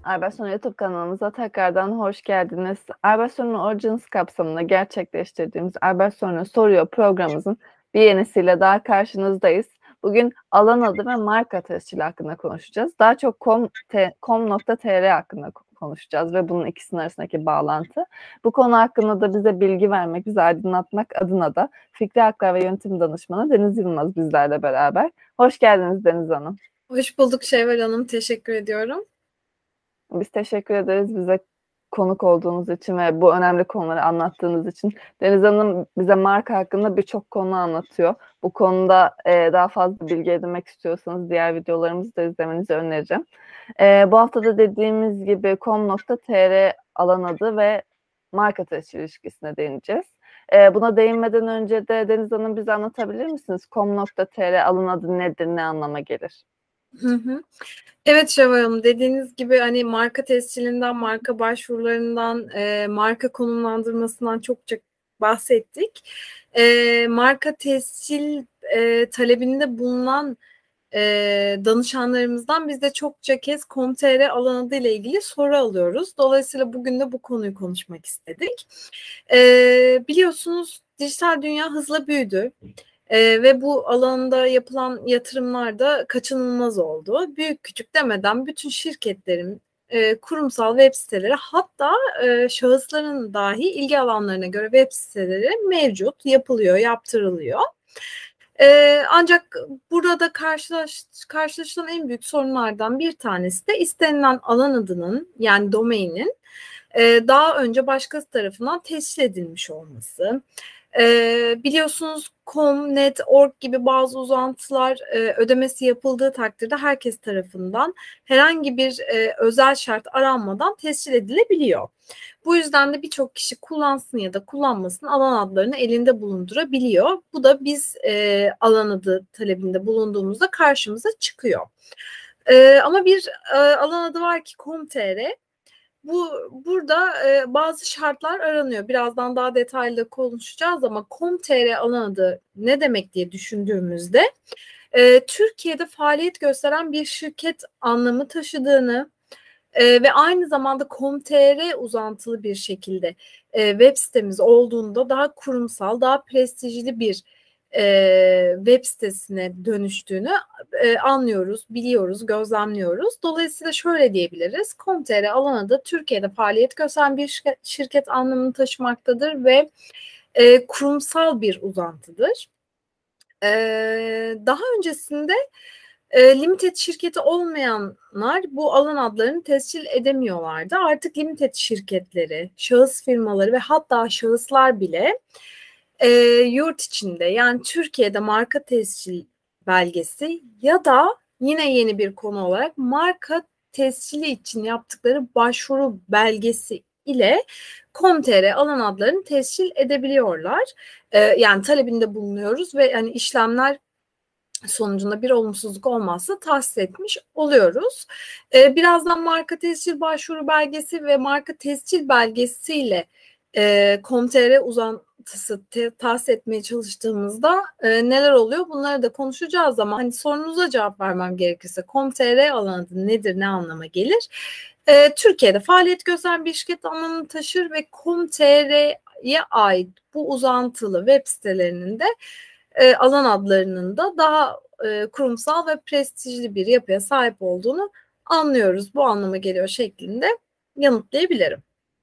Aybaston YouTube kanalımıza tekrardan hoş geldiniz. Aybaston'un Origins kapsamında gerçekleştirdiğimiz Aybaston'un Soruyor programımızın bir yenisiyle daha karşınızdayız. Bugün alan adı ve marka tescili hakkında konuşacağız. Daha çok com.tr hakkında konuşacağız ve bunun ikisinin arasındaki bağlantı. Bu konu hakkında da bize bilgi vermek, bizi aydınlatmak adına da Fikri Haklar ve Yönetim Danışmanı Deniz Yılmaz bizlerle beraber. Hoş geldiniz Deniz Hanım. Hoş bulduk Şevval Hanım. Teşekkür ediyorum. Biz teşekkür ederiz bize konuk olduğunuz için ve bu önemli konuları anlattığınız için. Deniz Hanım bize marka hakkında birçok konu anlatıyor. Bu konuda daha fazla bilgi edinmek istiyorsanız diğer videolarımızı da izlemenizi önereceğim. Bu hafta da dediğimiz gibi com.tr alan adı ve marka tescil ilişkisine değineceğiz. Buna değinmeden önce de Deniz Hanım bize anlatabilir misiniz? Com.tr alan adı nedir, ne anlama gelir? Hı hı. Evet Şevval Hanım, dediğiniz gibi hani marka tescilinden, marka başvurularından, marka konumlandırmasından çokça bahsettik. Marka tescil talebinde bulunan danışanlarımızdan biz de çokça kez Com.tr alan adı ile ilgili soru alıyoruz. Dolayısıyla bugün de bu konuyu konuşmak istedik. Biliyorsunuz dijital dünya hızla büyüdü. Ve bu alanda yapılan yatırımlar da kaçınılmaz oldu. Büyük küçük demeden bütün şirketlerin kurumsal web siteleri, hatta şahısların dahi ilgi alanlarına göre web siteleri mevcut, yapılıyor, yaptırılıyor. Ancak burada karşılaşılan en büyük sorunlardan bir tanesi de istenilen alan adının, yani domainin daha önce başkası tarafından tescil edilmiş olması. Biliyorsunuz .com, .net, .org gibi bazı uzantılar ödemesi yapıldığı takdirde herkes tarafından herhangi bir özel şart aranmadan tescil edilebiliyor. Bu yüzden de birçok kişi kullansın ya da kullanmasın alan adlarını elinde bulundurabiliyor. Bu da biz alan adı talebinde bulunduğumuzda karşımıza çıkıyor. Ama bir alan adı var ki com.tr. Burada bazı şartlar aranıyor. Birazdan daha detaylı konuşacağız ama com.tr alan adı ne demek diye düşündüğümüzde Türkiye'de faaliyet gösteren bir şirket anlamı taşıdığını ve aynı zamanda com.tr uzantılı bir şekilde web sitemiz olduğunda daha kurumsal, daha prestijli bir web sitesine dönüştüğünü anlıyoruz, biliyoruz, gözlemliyoruz. Dolayısıyla şöyle diyebiliriz. Com.tr alan adı Türkiye'de faaliyet gösteren bir şirket anlamını taşımaktadır ve kurumsal bir uzantıdır. Daha öncesinde limited şirketi olmayanlar bu alan adlarını tescil edemiyorlardı. Artık limited şirketleri, şahıs firmaları ve hatta şahıslar bile yurt içinde, yani Türkiye'de marka tescil belgesi ya da yine yeni bir konu olarak marka tescili için yaptıkları başvuru belgesi ile com.tr alan adlarını tescil edebiliyorlar. Yani talebinde bulunuyoruz ve hani işlemler sonucunda bir olumsuzluk olmazsa tahsis etmiş oluyoruz. Birazdan marka tescil başvuru belgesi ve marka tescil belgesiyle com.tr uzantısı tahsis etmeye çalıştığımızda neler oluyor bunları da konuşacağız ama hani sorunuza cevap vermem gerekirse com.tr alanı nedir, ne anlama gelir? Türkiye'de faaliyet gösteren bir şirket anlamını taşır ve com.tr'ye ait bu uzantılı web sitelerinin de alan adlarının da daha kurumsal ve prestijli bir yapıya sahip olduğunu anlıyoruz. Bu anlama geliyor şeklinde yanıtlayabilirim.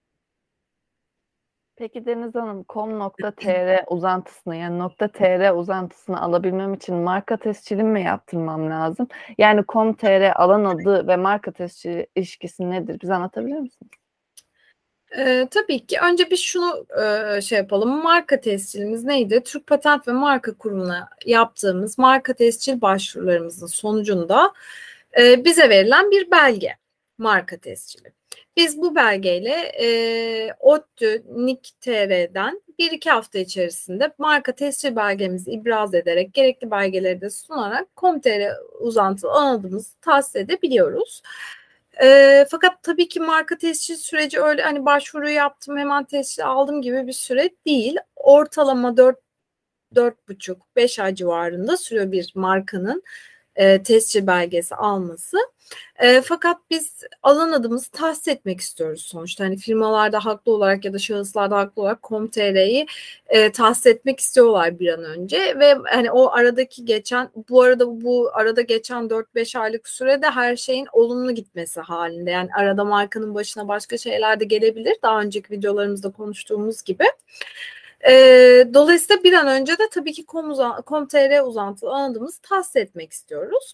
Peki Deniz Hanım, com.tr uzantısını yani .tr uzantısını alabilmem için marka tescili mi yaptırmam lazım? Yani com.tr alan adı ve marka tescili ilişkisi nedir? Bize anlatabilir misiniz? Tabii ki. Önce bir şunu şey yapalım. Marka tescilimiz neydi? Türk Patent ve Marka Kurumu'na yaptığımız marka tescil başvurularımızın sonucunda bize verilen bir belge. Marka tescili. Biz bu belgeyle ODTÜ, NİK.TR'den 1-2 hafta içerisinde marka tescil belgemizi ibraz ederek gerekli belgeleri de sunarak com.tr uzantılı adımızı tahsis edebiliyoruz. Fakat tabii ki marka tescil süreci öyle hani başvuru yaptım hemen tescil aldım gibi bir süre değil. Ortalama 4,5-5 ay civarında sürüyor bir markanın tescil belgesi alması. Fakat biz alan adımızı tahsis etmek istiyoruz sonuçta. Hani firmalarda haklı olarak ya da şahıslarda haklı olarak com.tr'yi tahsis etmek istiyorlar bir an önce ve hani o aradaki geçen bu arada geçen 4-5 aylık sürede her şeyin olumlu gitmesi halinde. Yani arada markanın başına başka şeyler de gelebilir. Daha önceki videolarımızda konuştuğumuz gibi. Dolayısıyla bir an önce de tabii ki com.tr uzantılı alan adımızı tahsis etmek istiyoruz.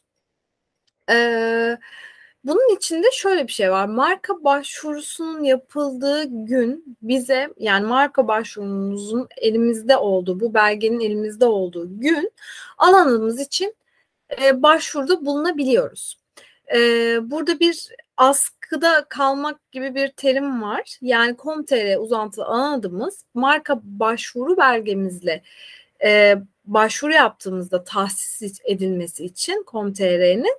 Bunun içinde şöyle bir şey var. Marka başvurusunun yapıldığı gün bize, yani marka başvurumuzun elimizde olduğu, bu belgenin elimizde olduğu gün alanımız için başvuruda bulunabiliyoruz. Burada bir askıda kalmak gibi bir terim var. Yani com.tr uzantılı alan adımız marka başvuru belgemizle başvuru yaptığımızda tahsis edilmesi için com.tr'nin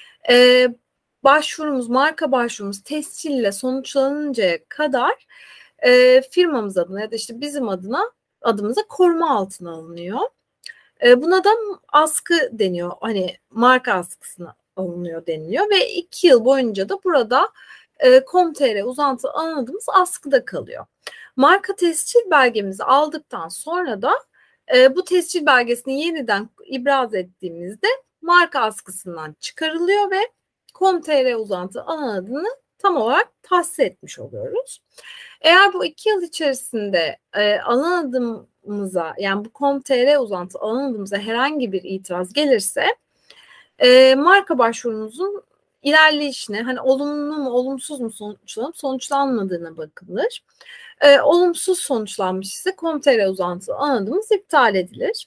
marka başvurumuz tescille sonuçlanıncaya kadar firmamız adına ya da işte bizim adımıza koruma altına alınıyor. Buna da askı deniyor. Hani marka askısına alınıyor deniliyor ve 2 yıl boyunca da burada com.tr uzantılı alan adımız askıda kalıyor. Marka tescil belgemizi aldıktan sonra da bu tescil belgesini yeniden ibraz ettiğimizde marka askısından çıkarılıyor ve com.tr uzantı alan adını tam olarak tahsis etmiş oluyoruz. Eğer bu 2 yıl içerisinde alan adımımıza, yani bu com.tr uzantı alan adımımıza herhangi bir itiraz gelirse marka başvurumuzun ilerleyişine, hani olumlu mu olumsuz mu sonuçlanıp sonuçlanmadığına bakılır. Olumsuz sonuçlanmış ise com.tr uzantı alan adımız iptal edilir.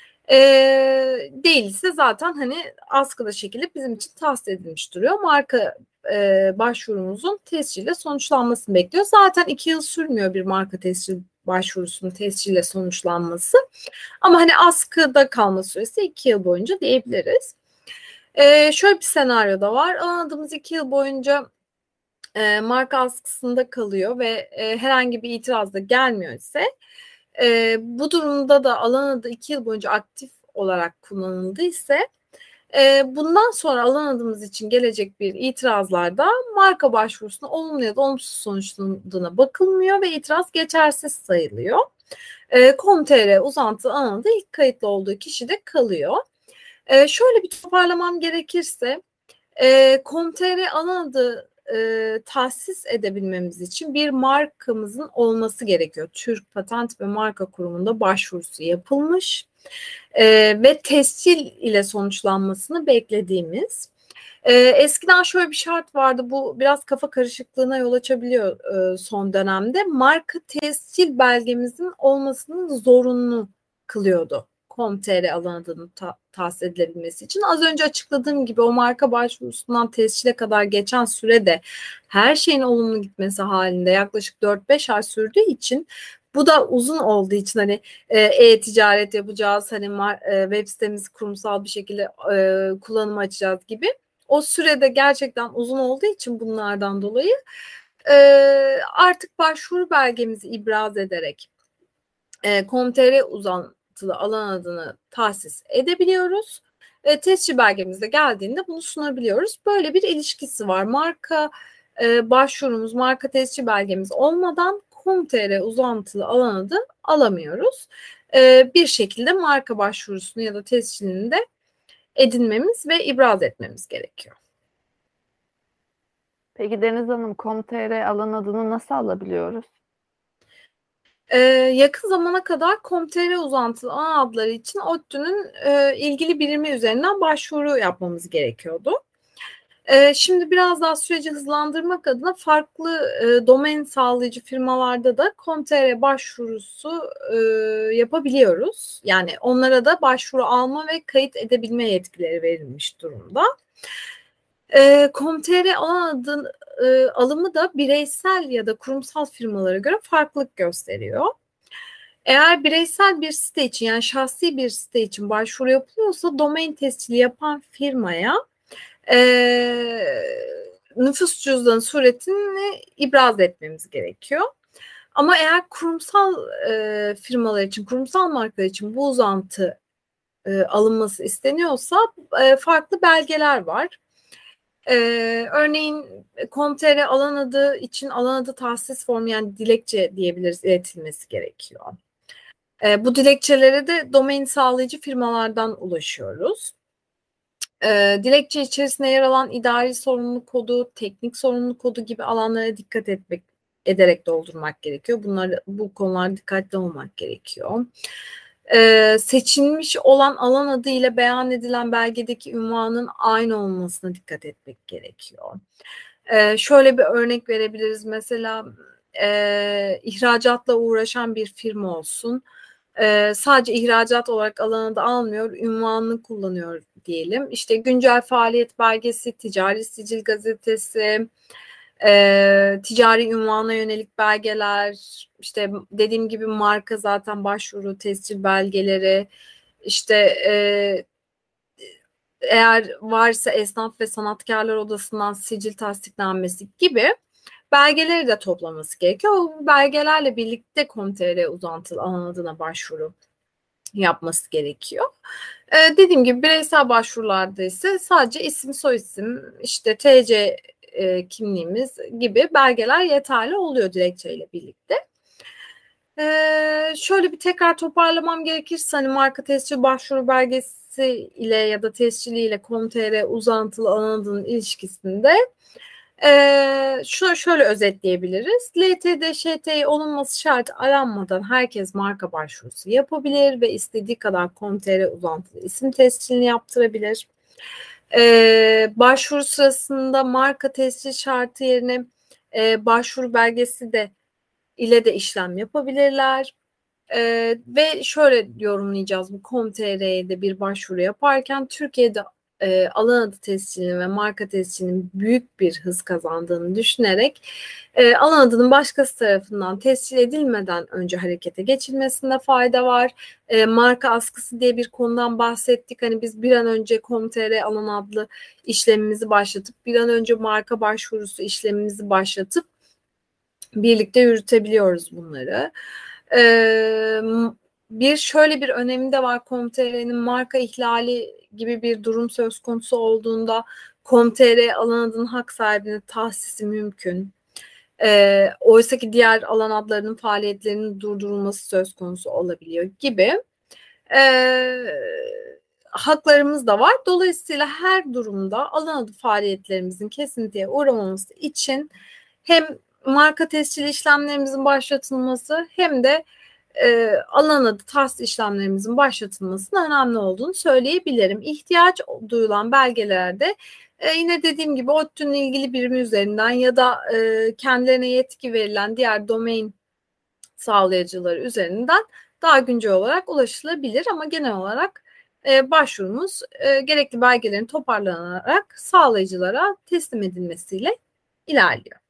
Değilse zaten hani askıda şekilde bizim için tahsis edilmiş duruyor. Marka başvurumuzun tescille sonuçlanmasını bekliyor. Zaten 2 yıl sürmüyor bir marka tescil başvurusunun tescille sonuçlanması. Ama hani askıda kalma süresi 2 yıl boyunca diyebiliriz. Şöyle bir senaryo da var. Alan adımız 2 yıl boyunca marka askısında kalıyor ve herhangi bir itiraz da gelmiyor ise bu durumda da alan adı 2 yıl boyunca aktif olarak kullanıldı ise bundan sonra alan adımız için gelecek bir itirazlarda marka başvurusuna olumlu ya da olumsuz sonuçlandığına bakılmıyor ve itiraz geçersiz sayılıyor. com.tr uzantı alan adı ilk kayıtlı olduğu kişide kalıyor. Şöyle bir toparlamam gerekirse com.tr alan adı tahsis edebilmemiz için bir markamızın olması gerekiyor. Türk Patent ve Marka Kurumu'nda başvurusu yapılmış ve tescil ile sonuçlanmasını beklediğimiz. Eskiden şöyle bir şart vardı, bu biraz kafa karışıklığına yol açabiliyor son dönemde. Marka tescil belgemizin olmasının zorunlu kılıyordu com.tr alan adının tahsis edilebilmesi için. Az önce açıkladığım gibi o marka başvurusundan tescile kadar geçen sürede her şeyin olumlu gitmesi halinde yaklaşık 4-5 ay sürdüğü için, bu da uzun olduğu için hani e-ticaret yapacağız, hani web sitemizi kurumsal bir şekilde kullanıma açacağız gibi. O sürede gerçekten uzun olduğu için bunlardan dolayı artık başvuru belgemizi ibraz ederek com.tr uzantılı alan adını tahsis edebiliyoruz. Tescil belgemiz de geldiğinde bunu sunabiliyoruz. Böyle bir ilişkisi var. Marka başvurumuz, marka tescil belgemiz olmadan com.tr uzantılı alan adı alamıyoruz. Bir şekilde marka başvurusunu ya da tescilini de edinmemiz ve ibraz etmemiz gerekiyor. Peki Deniz Hanım, com.tr alan adını nasıl alabiliyoruz? Yakın zamana kadar com.tr uzantılı alan adları için ODTÜ'nün ilgili birimi üzerinden başvuru yapmamız gerekiyordu. Şimdi biraz daha süreci hızlandırmak adına farklı domain sağlayıcı firmalarda da com.tr başvurusu yapabiliyoruz. Yani onlara da başvuru alma ve kayıt edebilme yetkileri verilmiş durumda. com.tr alan adı alımı da bireysel ya da kurumsal firmalara göre farklılık gösteriyor. Eğer bireysel bir site için, yani şahsi bir site için başvuru yapılıyorsa domain tescili yapan firmaya nüfus cüzdanı suretini ibraz etmemiz gerekiyor. Ama eğer kurumsal firmalar için, kurumsal markalar için bu uzantı alınması isteniyorsa farklı belgeler var. Örneğin Com.tr alan adı için alan adı tahsis formu, yani dilekçe diyebiliriz, iletilmesi gerekiyor. Bu dilekçelere de domain sağlayıcı firmalardan ulaşıyoruz. Dilekçe içerisinde yer alan idari sorumluluk kodu, teknik sorumluluk kodu gibi alanlara dikkat ederek doldurmak gerekiyor. Bu konularda dikkatli olmak gerekiyor. Seçilmiş olan alan adı ile beyan edilen belgedeki ünvanın aynı olmasına dikkat etmek gerekiyor. Şöyle bir örnek verebiliriz. Mesela ihracatla uğraşan bir firma olsun. Sadece ihracat olarak alanı da almıyor, ünvanını kullanıyor diyelim. İşte güncel faaliyet belgesi, ticari sicil gazetesi, ticari ünvana yönelik belgeler, işte dediğim gibi marka zaten başvuru, tescil belgeleri, işte eğer varsa esnaf ve sanatkarlar odasından sicil tasdiknamesi gibi belgeleri de toplaması gerekiyor. Bu belgelerle birlikte Com.tr uzantılı alan adına başvuru yapması gerekiyor. Dediğim gibi bireysel başvurularda ise sadece isim, soyisim, işte TC kimliğimiz gibi belgeler yeterli oluyor dilekçeyle birlikte. Şöyle bir tekrar toparlamam gerekirse, hani marka tescil başvuru belgesi ile ya da tesciliyle Com.tr uzantılı alan adının ilişkisinde şöyle özetleyebiliriz. LTD, ŞT'yi olunması şartı aranmadan herkes marka başvurusu yapabilir ve istediği kadar Com.tr uzantılı isim tescilini yaptırabilir. Başvuru sırasında marka tescil şartı yerine başvuru belgesi ile de işlem yapabilirler. Ve şöyle yorumlayacağız bu Com.tr'de bir başvuru yaparken: Türkiye'de alan adı tescilinin ve marka tescilinin büyük bir hız kazandığını düşünerek alan adının başkası tarafından tescil edilmeden önce harekete geçilmesinde fayda var. Marka askısı diye bir konudan bahsettik. Hani biz bir an önce Com.tr alan adlı işlemimizi başlatıp bir an önce marka başvurusu işlemimizi başlatıp birlikte yürütebiliyoruz bunları. Şöyle bir önemi de var Com.tr'nin: marka ihlali gibi bir durum söz konusu olduğunda Com.tr alan adının hak sahibine tahsisi mümkün. Oysa ki diğer alan adlarının faaliyetlerinin durdurulması söz konusu olabiliyor gibi haklarımız da var. Dolayısıyla her durumda alan adı faaliyetlerimizin kesintiye uğramaması için hem marka tescil işlemlerimizin başlatılması hem de alan adı tahsis işlemlerimizin başlatılmasının önemli olduğunu söyleyebilirim. İhtiyaç duyulan belgelerde yine dediğim gibi ODTÜ'nün ilgili birimi üzerinden ya da kendilerine yetki verilen diğer domain sağlayıcıları üzerinden daha güncel olarak ulaşılabilir, ama genel olarak başvurumuz gerekli belgelerin toparlanarak sağlayıcılara teslim edilmesiyle ilerliyor.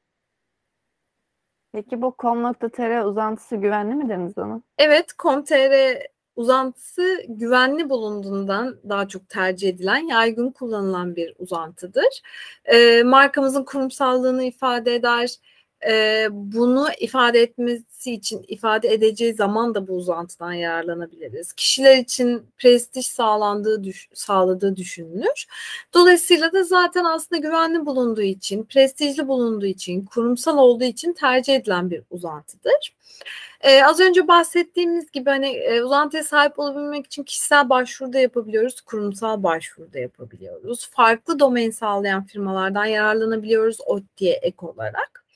Peki bu com.tr uzantısı güvenli mi Deniz Hanım? Evet, Com.tr uzantısı güvenli bulunduğundan daha çok tercih edilen, yaygın kullanılan bir uzantıdır. Markamızın kurumsallığını ifade eder. Bunu ifade etmesi için ifade edeceği zaman da bu uzantıdan yararlanabiliriz. Kişiler için prestij sağladığı düşünülür. Dolayısıyla da zaten aslında güvenli bulunduğu için, prestijli bulunduğu için, kurumsal olduğu için tercih edilen bir uzantıdır. Az önce bahsettiğimiz gibi hani uzantıya sahip olabilmek için kişisel başvuruda yapabiliyoruz, kurumsal başvuruda yapabiliyoruz. Farklı domain sağlayan firmalardan yararlanabiliyoruz ODTÜ'ye ek olarak.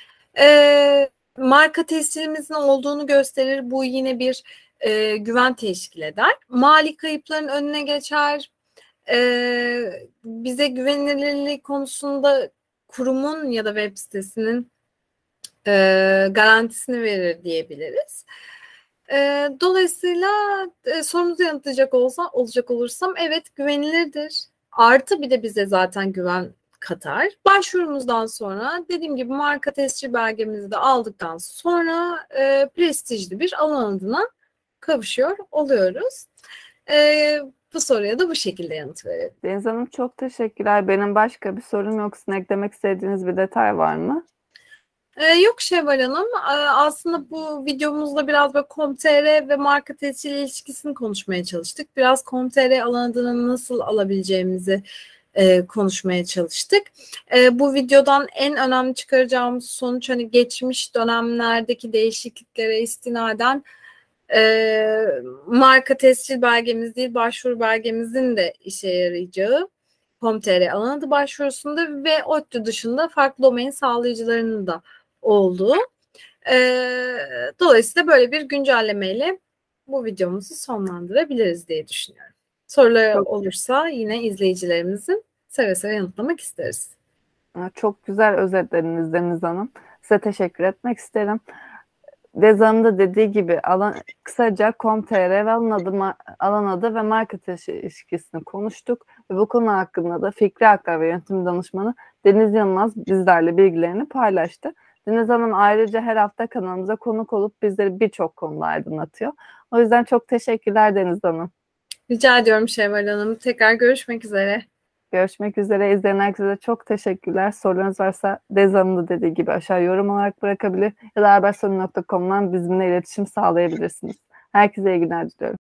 Marka tescilimizin olduğunu gösterir. Bu yine bir güven teşkil eder. Mali kayıpların önüne geçer. Bize güvenilirlik konusunda kurumun ya da web sitesinin garantisini verir diyebiliriz. Dolayısıyla sorunuzu yanıtlayacak olursam, evet, güvenilirdir. Artı bir de bize zaten güven katar. Başvurumuzdan sonra dediğim gibi marka tescil belgemizi de aldıktan sonra prestijli bir alan adına kavuşuyor oluyoruz. Bu soruya da bu şekilde yanıt verelim. Deniz Hanım, çok teşekkürler. Benim başka bir sorum yok. Sizin eklemek istediğiniz bir detay var mı? Yok Şevval Hanım. Aslında bu videomuzda biraz böyle Com.tr ve marka tescili ilişkisini konuşmaya çalıştık. Biraz Com.tr alan adını nasıl alabileceğimizi konuşmaya çalıştık. Bu videodan en önemli çıkaracağımız sonuç hani geçmiş dönemlerdeki değişikliklere istinaden marka tescil belgemiz değil başvuru belgemizin de işe yarayacağı Com.tr alan adı başvurusunda ve ODTÜ dışında farklı domain sağlayıcılarının da olduğu. Dolayısıyla böyle bir güncellemeyle bu videomuzu sonlandırabiliriz diye düşünüyorum. Soruları Çok, olursa yine izleyicilerimizin seve seve yanıtlamak isteriz. çok güzel özetlediniz Deniz Hanım. Size teşekkür etmek isterim. Deniz Hanım da dediği gibi kısaca Com.tr ve alan adı ve marka taşı ilişkisini konuştuk. Ve bu konu hakkında da Fikri Akkar ve Yönetim Danışmanı Deniz Yılmaz bizlerle bilgilerini paylaştı. Deniz Hanım ayrıca her hafta kanalımıza konuk olup bizleri birçok konuda aydınlatıyor. O yüzden çok teşekkürler Deniz Hanım. Rica ediyorum Şevval Hanım. Tekrar görüşmek üzere. Görüşmek üzere. İzleyen herkese de çok teşekkürler. Sorularınız varsa Deniz Hanım da dediği gibi aşağı yorum olarak bırakabilir ya da habersonu.com'dan bizimle iletişim sağlayabilirsiniz. Herkese iyi günler diliyorum.